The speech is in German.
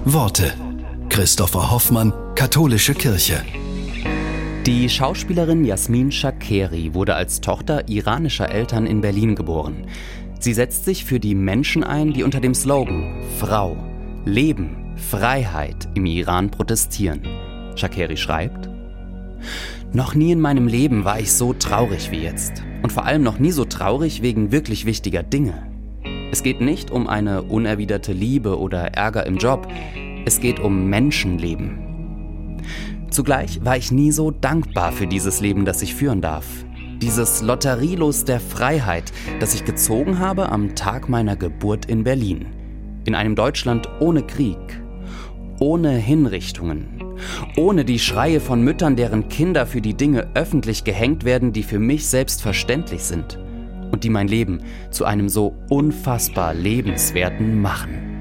Worte. Christopher Hoffmann, Katholische Kirche. Die Schauspielerin Yasmin Shakeri wurde als Tochter iranischer Eltern in Berlin geboren. Sie setzt sich für die Menschen ein, die unter dem Slogan Frau, Leben, Freiheit im Iran protestieren. Shakeri schreibt: Noch nie in meinem Leben war ich so traurig wie jetzt. Und vor allem noch nie so traurig wegen wirklich wichtiger Dinge. Es geht nicht um eine unerwiderte Liebe oder Ärger im Job. Es geht um Menschenleben. Zugleich war ich nie so dankbar für dieses Leben, das ich führen darf. Dieses Lotterielos der Freiheit, das ich gezogen habe am Tag meiner Geburt in Berlin. In einem Deutschland ohne Krieg, ohne Hinrichtungen, ohne die Schreie von Müttern, deren Kinder für die Dinge öffentlich gehängt werden, die für mich selbstverständlich sind und die mein Leben zu einem so unfassbar lebenswerten machen.